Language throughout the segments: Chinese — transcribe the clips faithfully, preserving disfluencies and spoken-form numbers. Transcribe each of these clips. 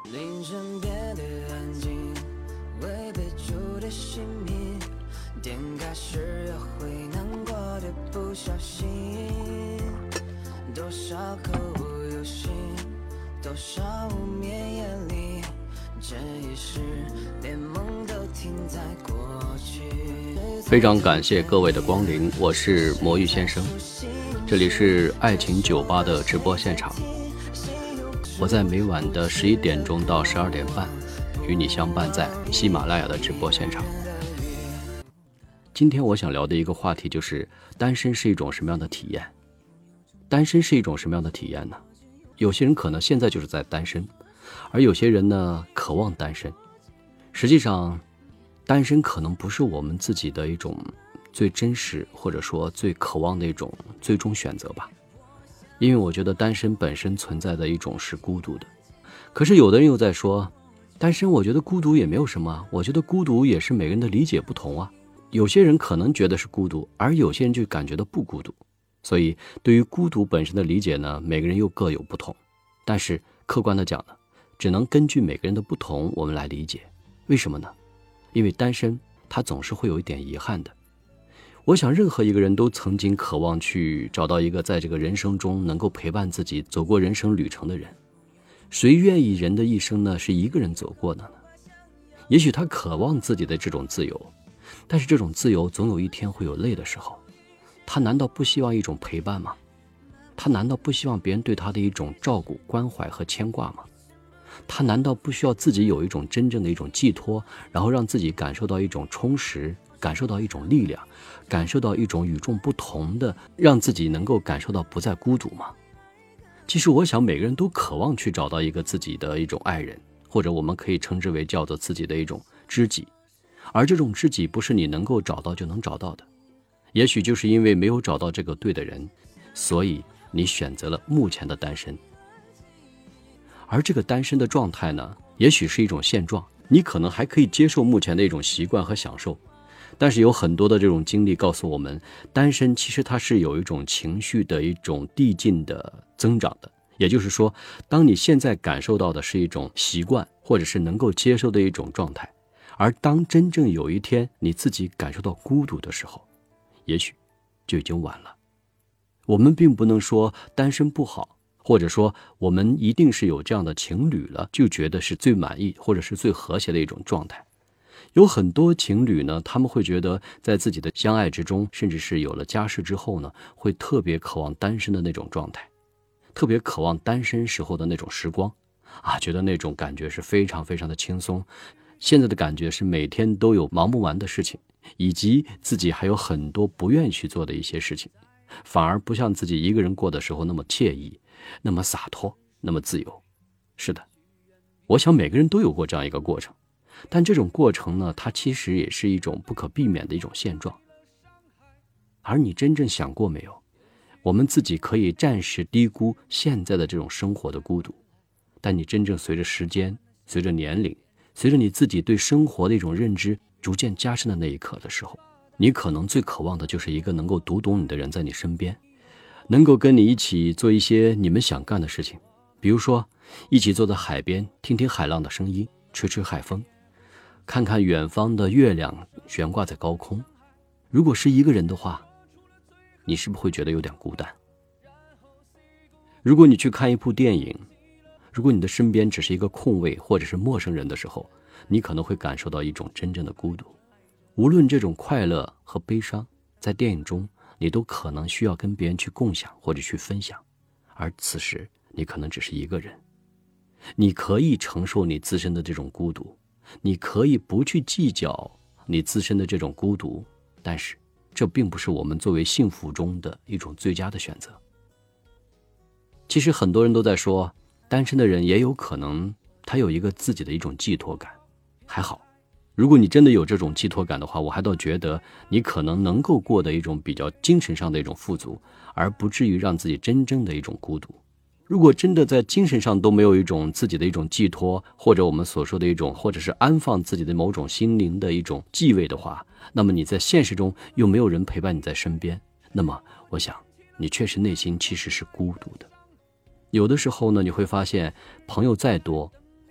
凌晨变得安静，未被触的心意，点开时又会难过的不小心，多少口无有心，多少无眠夜里，这一世连梦都停在过去。 非常感谢各位的光临，我是魔芋先生，这里是爱情酒吧的直播现场。我在每晚的十一点钟到十二点半与你相伴在喜马拉雅的直播现场。今天我想聊的一个话题就是单身是一种什么样的体验。单身是一种什么样的体验呢？有些人可能现在就是在单身，而有些人呢渴望单身。实际上单身可能不是我们自己的一种最真实或者说最渴望的一种最终选择吧。因为我觉得单身本身存在的一种是孤独的，可是有的人又在说单身我觉得孤独也没有什么，我觉得孤独也是每个人的理解不同啊。有些人可能觉得是孤独，而有些人就感觉到不孤独，所以对于孤独本身的理解呢，每个人又各有不同。但是客观的讲呢，只能根据每个人的不同我们来理解。为什么呢？因为单身它总是会有一点遗憾的。我想任何一个人都曾经渴望去找到一个在这个人生中能够陪伴自己走过人生旅程的人。谁愿意人的一生呢是一个人走过的呢？也许他渴望自己的这种自由，但是这种自由总有一天会有累的时候。他难道不希望一种陪伴吗？他难道不希望别人对他的一种照顾、关怀和牵挂吗？他难道不需要自己有一种真正的一种寄托，然后让自己感受到一种充实，感受到一种力量，感受到一种与众不同的，让自己能够感受到不再孤独吗？其实我想每个人都渴望去找到一个自己的一种爱人，或者我们可以称之为叫做自己的一种知己。而这种知己不是你能够找到就能找到的，也许就是因为没有找到这个对的人，所以你选择了目前的单身。而这个单身的状态呢，也许是一种现状，你可能还可以接受目前的一种习惯和享受。但是有很多的这种经历告诉我们，单身其实它是有一种情绪的一种递进的增长的。也就是说，当你现在感受到的是一种习惯，或者是能够接受的一种状态，而当真正有一天你自己感受到孤独的时候，也许就已经晚了。我们并不能说单身不好，或者说我们一定是有这样的情侣了就觉得是最满意或者是最和谐的一种状态。有很多情侣呢，他们会觉得在自己的相爱之中，甚至是有了家室之后呢，会特别渴望单身的那种状态，特别渴望单身时候的那种时光啊，觉得那种感觉是非常非常的轻松。现在的感觉是每天都有忙不完的事情，以及自己还有很多不愿意去做的一些事情，反而不像自己一个人过的时候那么惬意，那么洒脱，那么自由。是的，我想每个人都有过这样一个过程，但这种过程呢，它其实也是一种不可避免的一种现状。而你真正想过没有，我们自己可以暂时低估现在的这种生活的孤独，但你真正随着时间，随着年龄，随着你自己对生活的一种认知逐渐加深的那一刻的时候，你可能最渴望的就是一个能够读懂你的人在你身边，能够跟你一起做一些你们想干的事情，比如说一起坐在海边，听听海浪的声音，吹吹海风，看看远方的月亮悬挂在高空。如果是一个人的话，你是不是会觉得有点孤单？如果你去看一部电影，如果你的身边只是一个空位或者是陌生人的时候，你可能会感受到一种真正的孤独。无论这种快乐和悲伤，在电影中你都可能需要跟别人去共享或者去分享，而此时你可能只是一个人。你可以承受你自身的这种孤独，你可以不去计较你自身的这种孤独，但是这并不是我们作为幸福中的一种最佳的选择。其实很多人都在说，单身的人也有可能他有一个自己的一种寄托感。还好，如果你真的有这种寄托感的话，我还倒觉得你可能能够过得一种比较精神上的一种富足，而不至于让自己真正的一种孤独。如果真的在精神上都没有一种自己的一种寄托，或者我们所说的一种或者是安放自己的某种心灵的一种寄位的话，那么你在现实中又没有人陪伴你在身边，那么我想你确实内心其实是孤独的。有的时候呢，你会发现朋友再多，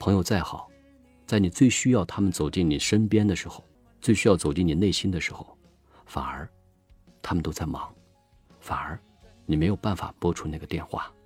朋友再好，在你最需要他们走进你身边的时候，最需要走进你内心的时候，反而他们都在忙，反而你没有办法拨出那个电话。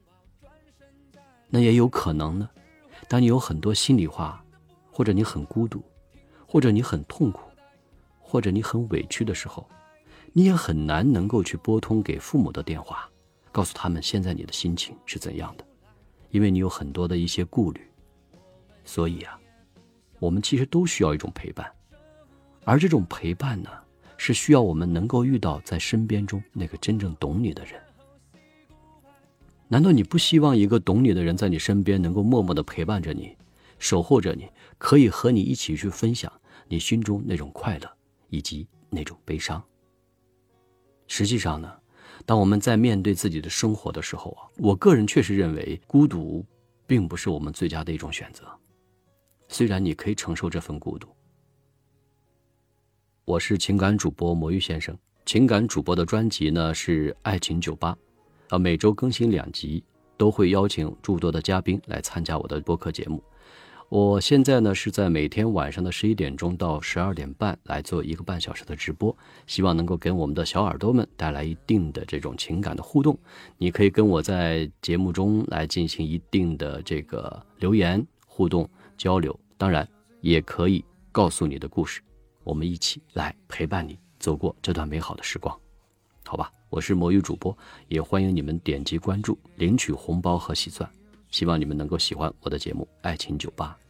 那也有可能呢，当你有很多心里话，或者你很孤独，或者你很痛苦，或者你很委屈的时候，你也很难能够去拨通给父母的电话，告诉他们现在你的心情是怎样的，因为你有很多的一些顾虑。所以啊，我们其实都需要一种陪伴，而这种陪伴呢，是需要我们能够遇到在身边中那个真正懂你的人。难道你不希望一个懂你的人在你身边能够默默地陪伴着你，守候着你，可以和你一起去分享你心中那种快乐以及那种悲伤？实际上呢，当我们在面对自己的生活的时候啊，我个人确实认为孤独并不是我们最佳的一种选择，虽然你可以承受这份孤独。我是情感主播魔芋先生，情感主播的专辑呢是爱情酒吧，啊，每周更新两集，都会邀请诸多的嘉宾来参加我的播客节目。我现在呢是在每天晚上的十一点钟到十二点半来做一个半小时的直播，希望能够跟我们的小耳朵们带来一定的这种情感的互动。你可以跟我在节目中来进行一定的这个留言互动交流，当然也可以告诉你的故事，我们一起来陪伴你走过这段美好的时光，好吧？我是魔芋主播，也欢迎你们点击关注，领取红包和喜钻。希望你们能够喜欢我的节目《爱情酒吧》。